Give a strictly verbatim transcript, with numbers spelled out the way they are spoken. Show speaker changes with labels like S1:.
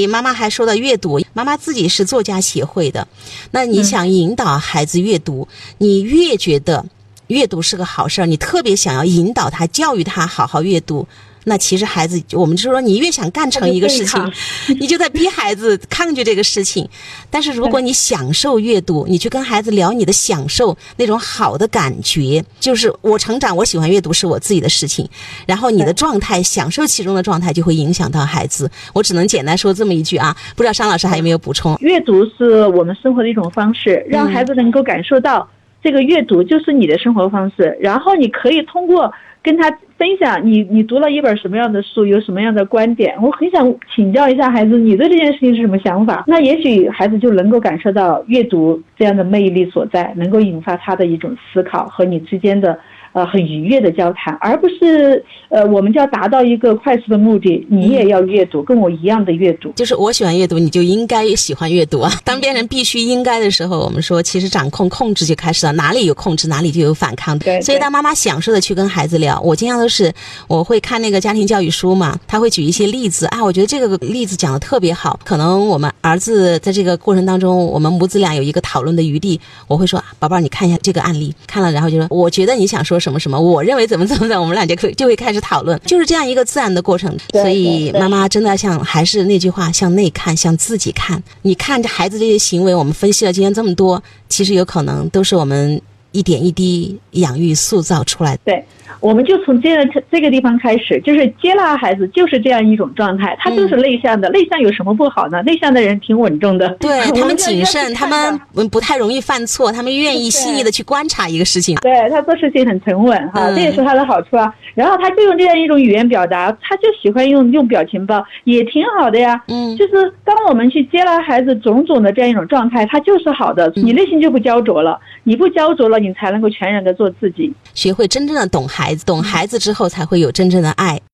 S1: 妈妈还说到阅读，妈妈自己是作家协会的，那你想引导孩子阅读，嗯、你越觉得阅读是个好事儿，你特别想要引导他、教育他好好阅读。那其实孩子，我们就说你越想干成一个事情，你就在逼孩子抗拒这个事情。但是如果你享受阅读，你去跟孩子聊你的享受，那种好的感觉，就是我成长，我喜欢阅读是我自己的事情，然后你的状态，享受其中的状态就会影响到孩子。我只能简单说这么一句啊，不知道商老师还有没有补充？
S2: 阅读是我们生活的一种方式，让孩子能够感受到这个阅读就是你的生活方式，然后你可以通过跟他分享你你读了一本什么样的书，有什么样的观点，我很想请教一下孩子，你对这件事情是什么想法？那也许孩子就能够感受到阅读这样的魅力所在，能够引发他的一种思考和你之间的呃很愉悦的交谈，而不是呃我们就要达到一个快速的目的，你也要阅读，跟我一样的阅读。
S1: 就是我喜欢阅读，你就应该喜欢阅读啊。当别人必须应该的时候，我们说其实掌控控制就开始了，哪里有控制哪里就有反抗。
S2: 对，
S1: 所以当妈妈享受的去跟孩子聊，我经常都是我会看那个家庭教育书嘛，他会举一些例子啊，我觉得这个例子讲得特别好，可能我们儿子在这个过程当中，我们母子俩有一个讨论的余地，我会说宝宝你看一下这个案例，看了然后就说我觉得你想说什么什么，我认为怎么怎么怎么，我们俩就会就会开始讨论，就是这样一个自然的过程。所以妈妈真的像还是那句话，向内看，向自己看。你看着孩子这些行为，我们分析了今天这么多，其实有可能都是我们一点一滴养育塑造出来的。
S2: 对，我们就从这个这个地方开始，就是接纳孩子就是这样一种状态，他就是内向的，嗯、内向有什么不好呢？内向的人挺稳重的，
S1: 对他们谨慎，他们不太容易犯错，他们愿意细腻的去观察一个事情，
S2: 对他做事情很沉稳哈，
S1: 嗯、
S2: 这也是他的好处啊。然后他就用这样一种语言表达，他就喜欢用用表情包，也挺好的呀。嗯，就是当我们去接纳孩子种种的这样一种状态，他就是好的，你内心就不焦灼了，你不焦灼了，你才能够全然的做自己，
S1: 学会真正的懂孩子，懂孩子之后才会有真正的爱。